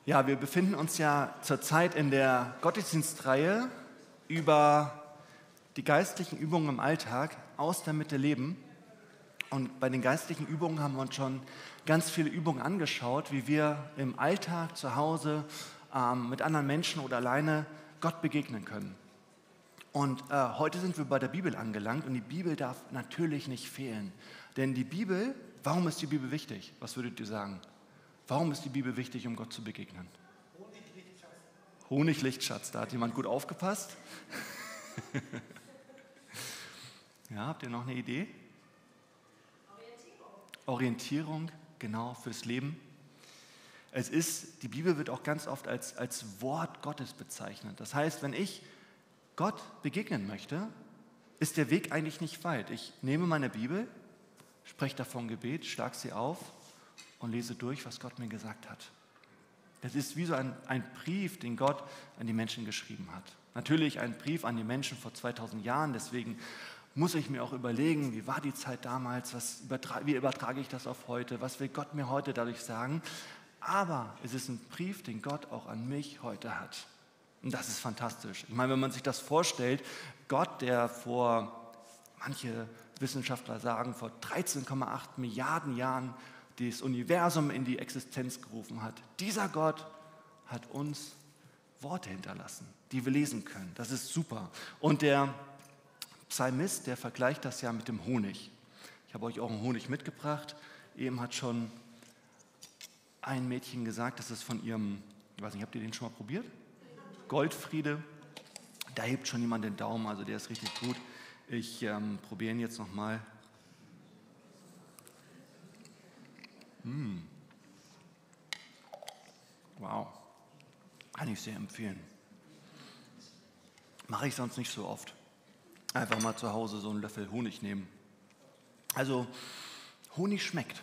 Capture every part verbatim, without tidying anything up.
Ja, wir befinden uns ja zurzeit in der Gottesdienstreihe über die geistlichen Übungen im Alltag aus der Mitte leben. Und bei den geistlichen Übungen haben wir uns schon ganz viele Übungen angeschaut, wie wir im Alltag, zu Hause, ähm, mit anderen Menschen oder alleine Gott begegnen können. Und äh, heute sind wir bei der Bibel angelangt und die Bibel darf natürlich nicht fehlen. Denn die Bibel, warum ist die Bibel wichtig? Was würdet ihr sagen? Warum ist die Bibel wichtig, um Gott zu begegnen? Honiglichtschatz. Honiglichtschatz, da hat jemand gut aufgepasst. Ja, habt ihr noch eine Idee? Orientierung. Orientierung, genau, fürs Leben. Es ist, die Bibel wird auch ganz oft als, als Wort Gottes bezeichnet. Das heißt, wenn ich Gott begegnen möchte, ist der Weg eigentlich nicht weit. Ich nehme meine Bibel, spreche davon Gebet, schlage sie auf und lese durch, was Gott mir gesagt hat. Das ist wie so ein, ein Brief, den Gott an die Menschen geschrieben hat. Natürlich ein Brief an die Menschen vor zweitausend Jahren, deswegen muss ich mir auch überlegen, wie war die Zeit damals, was übertra- wie übertrage ich das auf heute, was will Gott mir heute dadurch sagen. Aber es ist ein Brief, den Gott auch an mich heute hat. Und das ist fantastisch. Ich meine, wenn man sich das vorstellt, Gott, der vor, manche Wissenschaftler sagen, vor dreizehn Komma acht Milliarden Jahren das Universum in die Existenz gerufen hat. Dieser Gott hat uns Worte hinterlassen, die wir lesen können. Das ist super. Und der Psalmist, der vergleicht das ja mit dem Honig. Ich habe euch auch einen Honig mitgebracht. Eben hat schon ein Mädchen gesagt, das ist von ihrem, ich weiß nicht, habt ihr den schon mal probiert? Goldfriede. Da hebt schon jemand den Daumen, also der ist richtig gut. Ich ähm, probiere ihn jetzt nochmal. Mmh. Wow, kann ich sehr empfehlen. Mache ich sonst nicht so oft. Einfach mal zu Hause so einen Löffel Honig nehmen. Also Honig schmeckt.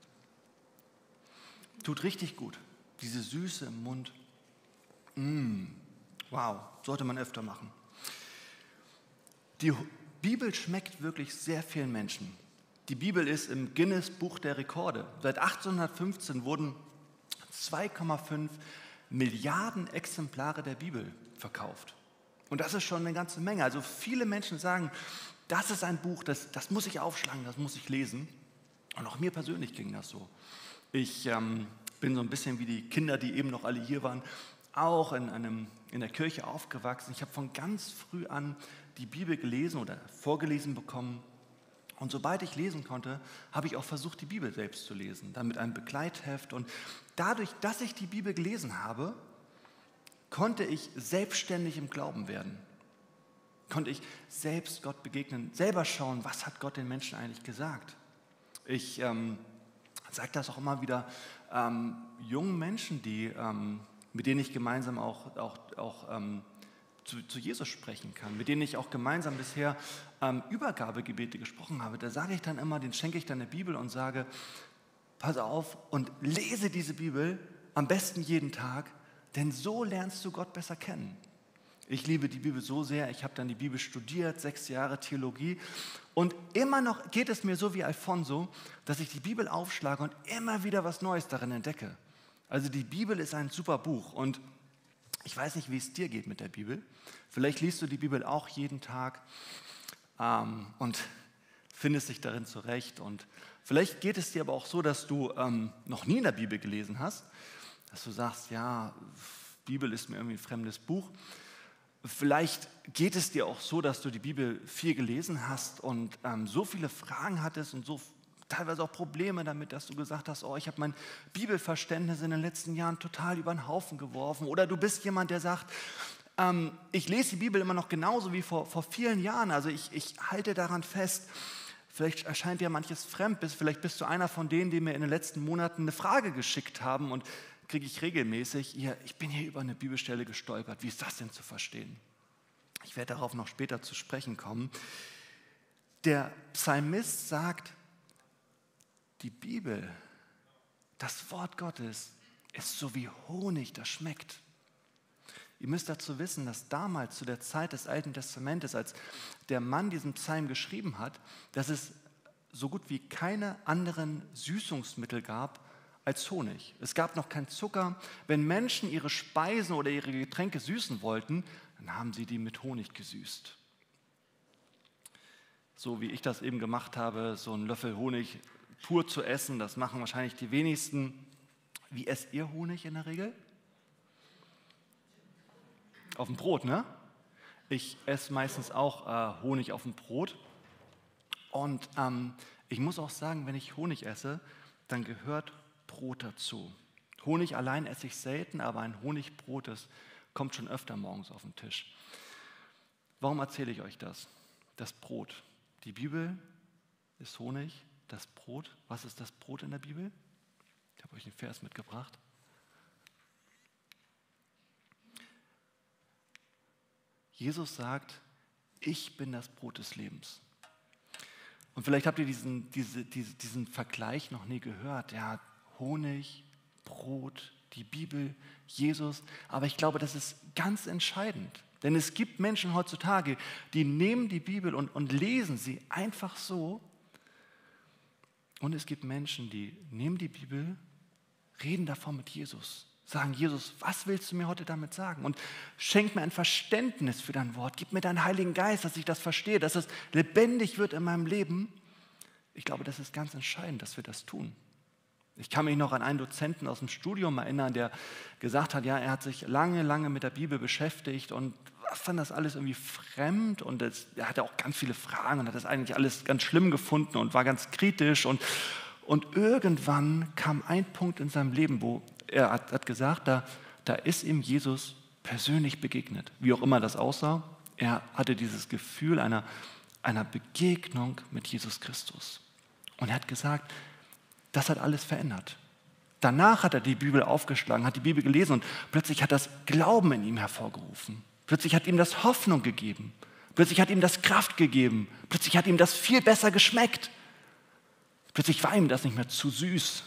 Tut richtig gut. Diese Süße im Mund. Mmh. Wow, sollte man öfter machen. Die Bibel schmeckt wirklich sehr vielen Menschen. Die Bibel ist im Guinness-Buch der Rekorde. Seit achtzehnhundertfünfzehn wurden zwei Komma fünf Milliarden Exemplare der Bibel verkauft. Und das ist schon eine ganze Menge. Also viele Menschen sagen, das ist ein Buch, das, das muss ich aufschlagen, das muss ich lesen. Und auch mir persönlich ging das so. Ich ähm, bin so ein bisschen wie die Kinder, die eben noch alle hier waren, auch in, einem, in der Kirche aufgewachsen. Ich habe von ganz früh an die Bibel gelesen oder vorgelesen bekommen. Und sobald ich lesen konnte, habe ich auch versucht, die Bibel selbst zu lesen, dann mit einem Begleitheft. Und dadurch, dass ich die Bibel gelesen habe, konnte ich selbstständig im Glauben werden. Konnte ich selbst Gott begegnen, selber schauen, was hat Gott den Menschen eigentlich gesagt. Ich ähm, sage das auch immer wieder ähm, jungen Menschen, die, ähm, mit denen ich gemeinsam auch, auch, auch ähm, Zu, zu Jesus sprechen kann, mit denen ich auch gemeinsam bisher ähm, Übergabegebete gesprochen habe. Da sage ich dann immer, den schenke ich dann eine Bibel und sage, pass auf und lese diese Bibel am besten jeden Tag, denn so lernst du Gott besser kennen. Ich liebe die Bibel so sehr, ich habe dann die Bibel studiert, sechs Jahre Theologie und immer noch geht es mir so wie Alfonso, dass ich die Bibel aufschlage und immer wieder was Neues darin entdecke. Also die Bibel ist ein super Buch und ich weiß nicht, wie es dir geht mit der Bibel. Vielleicht liest du die Bibel auch jeden Tag ähm, und findest dich darin zurecht. Und vielleicht geht es dir aber auch so, dass du ähm, noch nie in der Bibel gelesen hast, dass du sagst, ja, Bibel ist mir irgendwie ein fremdes Buch. Vielleicht geht es dir auch so, dass du die Bibel viel gelesen hast und ähm, so viele Fragen hattest und so teilweise auch Probleme damit, dass du gesagt hast, oh, ich habe mein Bibelverständnis in den letzten Jahren total über den Haufen geworfen. Oder du bist jemand, der sagt, ähm, ich lese die Bibel immer noch genauso wie vor, vor vielen Jahren. Also ich, ich halte daran fest. Vielleicht erscheint dir manches fremd. Vielleicht bist du einer von denen, die mir in den letzten Monaten eine Frage geschickt haben und kriege ich regelmäßig, ja, ich bin hier über eine Bibelstelle gestolpert. Wie ist das denn zu verstehen? Ich werde darauf noch später zu sprechen kommen. Der Psalmist sagt, die Bibel, das Wort Gottes, ist so wie Honig, das schmeckt. Ihr müsst dazu wissen, dass damals zu der Zeit des Alten Testamentes, als der Mann diesen Psalm geschrieben hat, dass es so gut wie keine anderen Süßungsmittel gab als Honig. Es gab noch keinen Zucker. Wenn Menschen ihre Speisen oder ihre Getränke süßen wollten, dann haben sie die mit Honig gesüßt. So wie ich das eben gemacht habe, so einen Löffel Honig pur zu essen, das machen wahrscheinlich die wenigsten. Wie esst ihr Honig in der Regel? Auf dem Brot, ne? Ich esse meistens auch äh, Honig auf dem Brot. Und ähm, ich muss auch sagen, wenn ich Honig esse, dann gehört Brot dazu. Honig allein esse ich selten, aber ein Honigbrot, das kommt schon öfter morgens auf den Tisch. Warum erzähle ich euch das? Das Brot. Die Bibel ist Honig, das Brot. Was ist das Brot in der Bibel? Ich habe euch einen Vers mitgebracht. Jesus sagt, ich bin das Brot des Lebens. Und vielleicht habt ihr diesen, diese, diese, diesen Vergleich noch nie gehört. Ja, Honig, Brot, die Bibel, Jesus. Aber ich glaube, das ist ganz entscheidend. Denn es gibt Menschen heutzutage, die nehmen die Bibel und, und lesen sie einfach so. Und es gibt Menschen, die nehmen die Bibel, reden davon mit Jesus. Sagen, Jesus, was willst du mir heute damit sagen? Und schenk mir ein Verständnis für dein Wort. Gib mir deinen Heiligen Geist, dass ich das verstehe, dass es lebendig wird in meinem Leben. Ich glaube, das ist ganz entscheidend, dass wir das tun. Ich kann mich noch an einen Dozenten aus dem Studium erinnern, der gesagt hat, ja, er hat sich lange, lange mit der Bibel beschäftigt und fand das alles irgendwie fremd und das, er hatte auch ganz viele Fragen und hat das eigentlich alles ganz schlimm gefunden und war ganz kritisch. Und, und irgendwann kam ein Punkt in seinem Leben, wo er hat, hat gesagt, da, da ist ihm Jesus persönlich begegnet. Wie auch immer das aussah, er hatte dieses Gefühl einer, einer Begegnung mit Jesus Christus. Und er hat gesagt, das hat alles verändert. Danach hat er die Bibel aufgeschlagen, hat die Bibel gelesen und plötzlich hat das Glauben in ihm hervorgerufen. Plötzlich hat ihm das Hoffnung gegeben. Plötzlich hat ihm das Kraft gegeben. Plötzlich hat ihm das viel besser geschmeckt. Plötzlich war ihm das nicht mehr zu süß.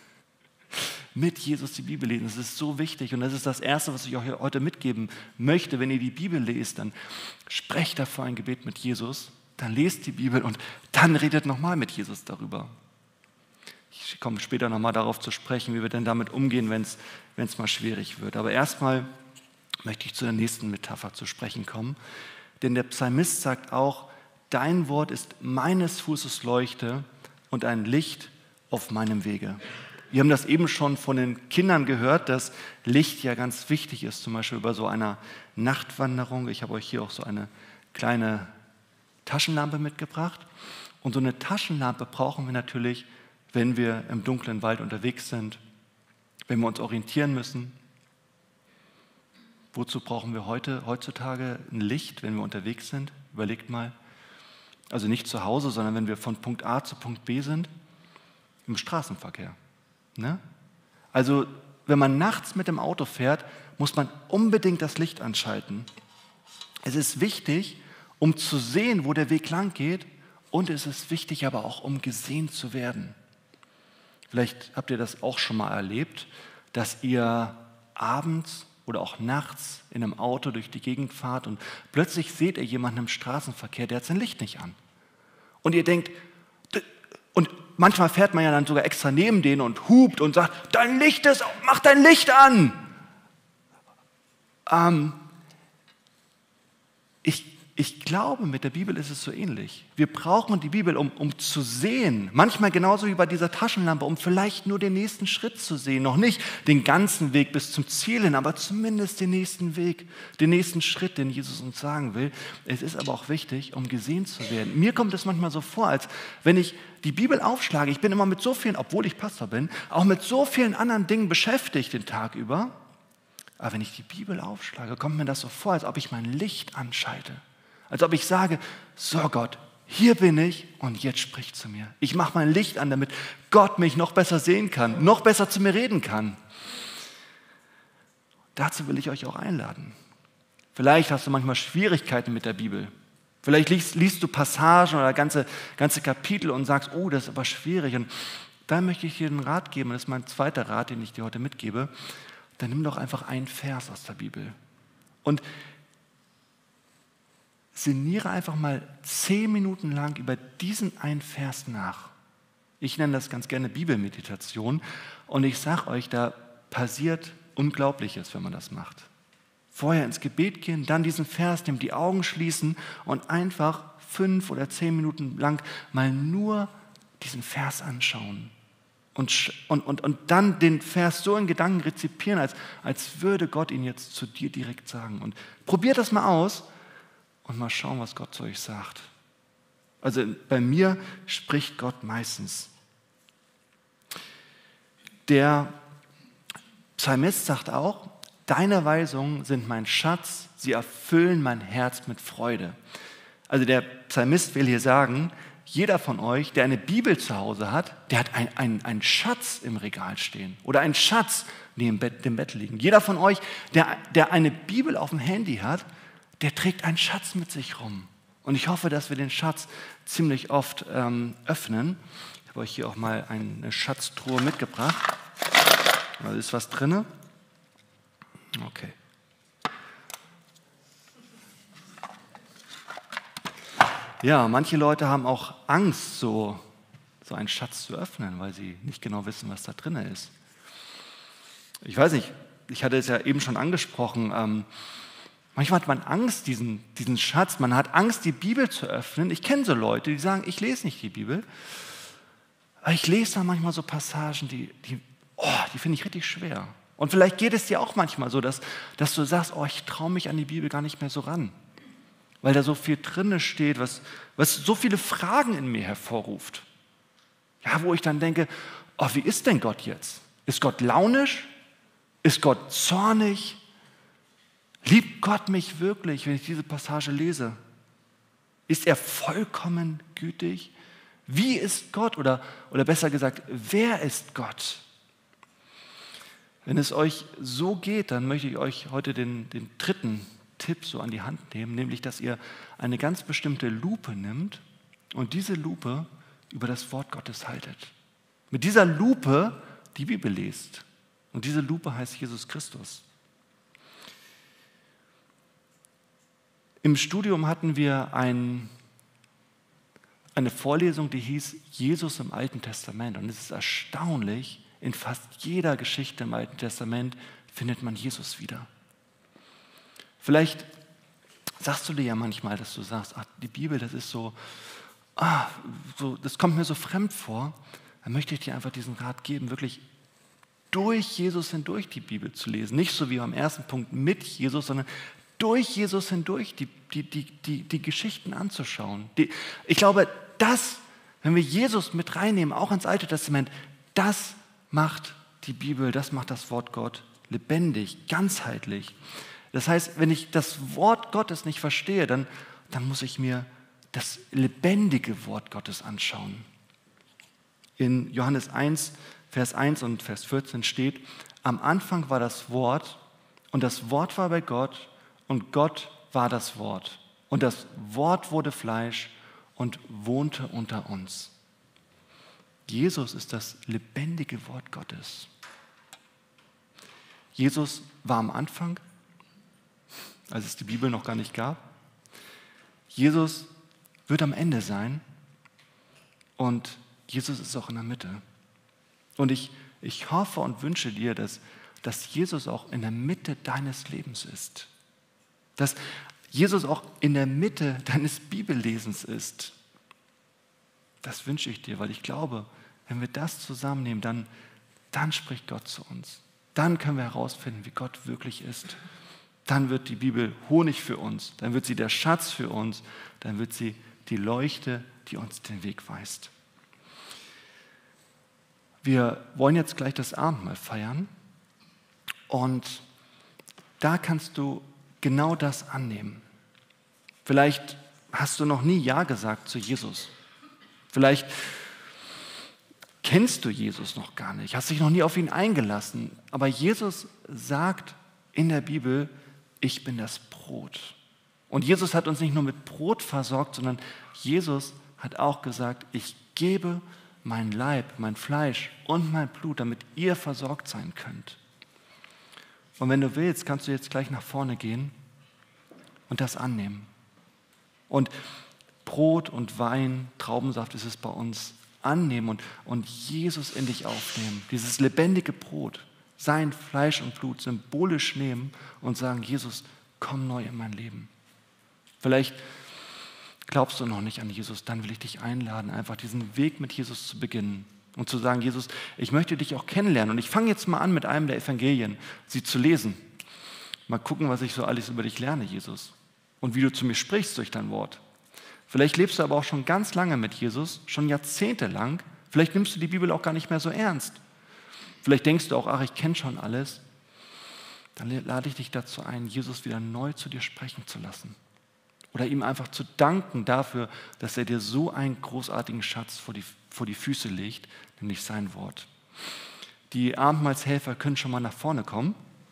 Mit Jesus die Bibel lesen, das ist so wichtig und das ist das Erste, was ich euch heute mitgeben möchte. Wenn ihr die Bibel lest, dann sprecht davor ein Gebet mit Jesus, dann lest die Bibel und dann redet nochmal mit Jesus darüber. Ich komme später nochmal darauf zu sprechen, wie wir denn damit umgehen, wenn es mal schwierig wird. Aber erstmal möchte ich zu der nächsten Metapher zu sprechen kommen. Denn der Psalmist sagt auch, dein Wort ist meines Fußes Leuchte und ein Licht auf meinem Wege. Wir haben das eben schon von den Kindern gehört, dass Licht ja ganz wichtig ist, zum Beispiel bei so einer Nachtwanderung. Ich habe euch hier auch so eine kleine Taschenlampe mitgebracht. Und so eine Taschenlampe brauchen wir natürlich, wenn wir im dunklen Wald unterwegs sind, wenn wir uns orientieren müssen. Wozu brauchen wir heute, heutzutage ein Licht, wenn wir unterwegs sind? Überlegt mal. Also nicht zu Hause, sondern wenn wir von Punkt A zu Punkt B sind, im Straßenverkehr. Ne? Also wenn man nachts mit dem Auto fährt, muss man unbedingt das Licht anschalten. Es ist wichtig, um zu sehen, wo der Weg lang geht, und es ist wichtig aber auch, um gesehen zu werden. Vielleicht habt ihr das auch schon mal erlebt, dass ihr abends oder auch nachts in einem Auto durch die Gegend fahrt und plötzlich seht ihr jemanden im Straßenverkehr, der hat sein Licht nicht an. Und ihr denkt, und manchmal fährt man ja dann sogar extra neben denen und hupt und sagt, dein Licht ist, mach dein Licht an. Ähm, ich, ich glaube, mit der Bibel ist es so ähnlich. Wir brauchen die Bibel, um, um zu sehen. Manchmal genauso wie bei dieser Taschenlampe, um vielleicht nur den nächsten Schritt zu sehen. Noch nicht den ganzen Weg bis zum Ziel hin, aber zumindest den nächsten Weg, den nächsten Schritt, den Jesus uns sagen will. Es ist aber auch wichtig, um gesehen zu werden. Mir kommt es manchmal so vor, als wenn ich die Bibel aufschlage. Ich bin immer mit so vielen, obwohl ich Pastor bin, auch mit so vielen anderen Dingen beschäftigt den Tag über. Aber wenn ich die Bibel aufschlage, kommt mir das so vor, als ob ich mein Licht anschalte. Als ob ich sage, so Gott, hier bin ich und jetzt sprich zu mir. Ich mache mein Licht an, damit Gott mich noch besser sehen kann, noch besser zu mir reden kann. Dazu will ich euch auch einladen. Vielleicht hast du manchmal Schwierigkeiten mit der Bibel. Vielleicht liest, liest du Passagen oder ganze, ganze Kapitel und sagst, oh, das ist aber schwierig. Und da möchte ich dir einen Rat geben, das ist mein zweiter Rat, den ich dir heute mitgebe. Dann nimm doch einfach einen Vers aus der Bibel und sinniere einfach mal zehn Minuten lang über diesen einen Vers nach. Ich nenne das ganz gerne Bibelmeditation. Und ich sage euch, da passiert Unglaubliches, wenn man das macht. Vorher ins Gebet gehen, dann diesen Vers nehmen, die Augen schließen und einfach fünf oder zehn Minuten lang mal nur diesen Vers anschauen. Und, und, und, und dann den Vers so in Gedanken rezipieren, als, als würde Gott ihn jetzt zu dir direkt sagen. Und probiert das mal aus und mal schauen, was Gott zu euch sagt. Also bei mir spricht Gott meistens. Der Psalmist sagt auch, deine Weisungen sind mein Schatz, sie erfüllen mein Herz mit Freude. Also der Psalmist will hier sagen, jeder von euch, der eine Bibel zu Hause hat, der hat einen, einen, einen Schatz im Regal stehen oder einen Schatz neben Bett, dem Bett liegen. Jeder von euch, der, der eine Bibel auf dem Handy hat, der trägt einen Schatz mit sich rum. Und ich hoffe, dass wir den Schatz ziemlich oft ähm, öffnen. Ich habe euch hier auch mal eine Schatztruhe mitgebracht. Da ist was drin. Okay. Ja, manche Leute haben auch Angst, so, so einen Schatz zu öffnen, weil sie nicht genau wissen, was da drin ist. Ich weiß nicht, ich hatte es ja eben schon angesprochen, ähm, manchmal hat man Angst, diesen, diesen Schatz, man hat Angst, die Bibel zu öffnen. Ich kenne so Leute, die sagen, ich lese nicht die Bibel, aber ich lese da manchmal so Passagen, die, die, oh, die finde ich richtig schwer. Und vielleicht geht es dir auch manchmal so, dass, dass du sagst, oh, ich traue mich an die Bibel gar nicht mehr so ran. Weil da so viel drin steht, was, was so viele Fragen in mir hervorruft. Ja, wo ich dann denke, oh, wie ist denn Gott jetzt? Ist Gott launisch? Ist Gott zornig? Liebt Gott mich wirklich, wenn ich diese Passage lese? Ist er vollkommen gütig? Wie ist Gott? Oder, oder besser gesagt, wer ist Gott? Wenn es euch so geht, dann möchte ich euch heute den, den dritten Tipp so an die Hand nehmen, nämlich, dass ihr eine ganz bestimmte Lupe nimmt und diese Lupe über das Wort Gottes haltet. Mit dieser Lupe die Bibel lest. Und diese Lupe heißt Jesus Christus. Im Studium hatten wir ein, eine Vorlesung, die hieß Jesus im Alten Testament. Und es ist erstaunlich, in fast jeder Geschichte im Alten Testament findet man Jesus wieder. Vielleicht sagst du dir ja manchmal, dass du sagst, ach, die Bibel, das ist so, ah, so, das kommt mir so fremd vor. Dann möchte ich dir einfach diesen Rat geben, wirklich durch Jesus hindurch die Bibel zu lesen. Nicht so wie beim ersten Punkt mit Jesus, sondern durch Jesus hindurch die, die, die, die, die Geschichten anzuschauen. Die, ich glaube, das, wenn wir Jesus mit reinnehmen, auch ins Alte Testament, das macht die Bibel, das macht das Wort Gott lebendig, ganzheitlich. Das heißt, wenn ich das Wort Gottes nicht verstehe, dann, dann muss ich mir das lebendige Wort Gottes anschauen. In Johannes eins, Vers eins und Vers vierzehn steht, am Anfang war das Wort und das Wort war bei Gott und Gott war das Wort. Und das Wort wurde Fleisch und wohnte unter uns. Jesus ist das lebendige Wort Gottes. Jesus war am Anfang, als es die Bibel noch gar nicht gab. Jesus wird am Ende sein und Jesus ist auch in der Mitte. Und ich, ich hoffe und wünsche dir, dass, dass Jesus auch in der Mitte deines Lebens ist. Dass Jesus auch in der Mitte deines Bibellesens ist. Das wünsche ich dir, weil ich glaube, wenn wir das zusammennehmen, dann, dann spricht Gott zu uns. Dann können wir herausfinden, wie Gott wirklich ist. Dann wird die Bibel Honig für uns, dann wird sie der Schatz für uns, dann wird sie die Leuchte, die uns den Weg weist. Wir wollen jetzt gleich das Abendmahl feiern und da kannst du genau das annehmen. Vielleicht hast du noch nie Ja gesagt zu Jesus. Vielleicht kennst du Jesus noch gar nicht, hast dich noch nie auf ihn eingelassen, aber Jesus sagt in der Bibel, ich bin das Brot. Und Jesus hat uns nicht nur mit Brot versorgt, sondern Jesus hat auch gesagt, ich gebe mein Leib, mein Fleisch und mein Blut, damit ihr versorgt sein könnt. Und wenn du willst, kannst du jetzt gleich nach vorne gehen und das annehmen. Und Brot und Wein, Traubensaft ist es bei uns annehmen und, und Jesus in dich aufnehmen. Dieses lebendige Brot, sein Fleisch und Blut symbolisch nehmen und sagen, Jesus, komm neu in mein Leben. Vielleicht glaubst du noch nicht an Jesus, dann will ich dich einladen, einfach diesen Weg mit Jesus zu beginnen und zu sagen, Jesus, ich möchte dich auch kennenlernen. Und ich fange jetzt mal an, mit einem der Evangelien, sie zu lesen. Mal gucken, was ich so alles über dich lerne, Jesus. Und wie du zu mir sprichst durch dein Wort. Vielleicht lebst du aber auch schon ganz lange mit Jesus, schon jahrzehntelang. Vielleicht nimmst du die Bibel auch gar nicht mehr so ernst. Vielleicht denkst du auch, ach, ich kenne schon alles. Dann lade ich dich dazu ein, Jesus wieder neu zu dir sprechen zu lassen. Oder ihm einfach zu danken dafür, dass er dir so einen großartigen Schatz vor die, vor die Füße legt, nämlich sein Wort. Die Abendmahlshelfer können schon mal nach vorne kommen.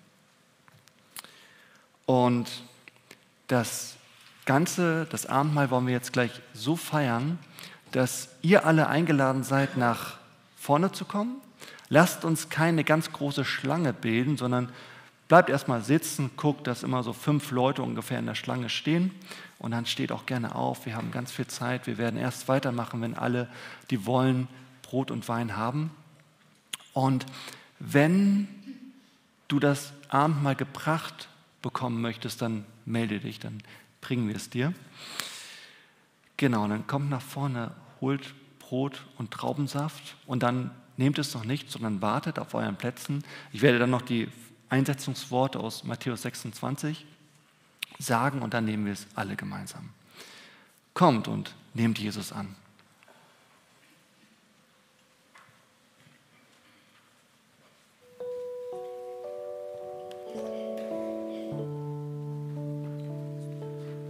Und das Ganze, das Abendmahl wollen wir jetzt gleich so feiern, dass ihr alle eingeladen seid, nach vorne zu kommen. Lasst uns keine ganz große Schlange bilden, sondern bleibt erstmal sitzen, guckt, dass immer so fünf Leute ungefähr in der Schlange stehen und dann steht auch gerne auf. Wir haben ganz viel Zeit. Wir werden erst weitermachen, wenn alle, die wollen, Brot und Wein haben. Und wenn du das Abendmahl gebracht bekommen möchtest, dann melde dich, dann bringen wir es dir. Genau, dann kommt nach vorne, holt Brot und Traubensaft und dann nehmt es noch nicht, sondern wartet auf euren Plätzen. Ich werde dann noch die Einsetzungsworte aus Matthäus sechsundzwanzig sagen und dann nehmen wir es alle gemeinsam. Kommt und nehmt Jesus an.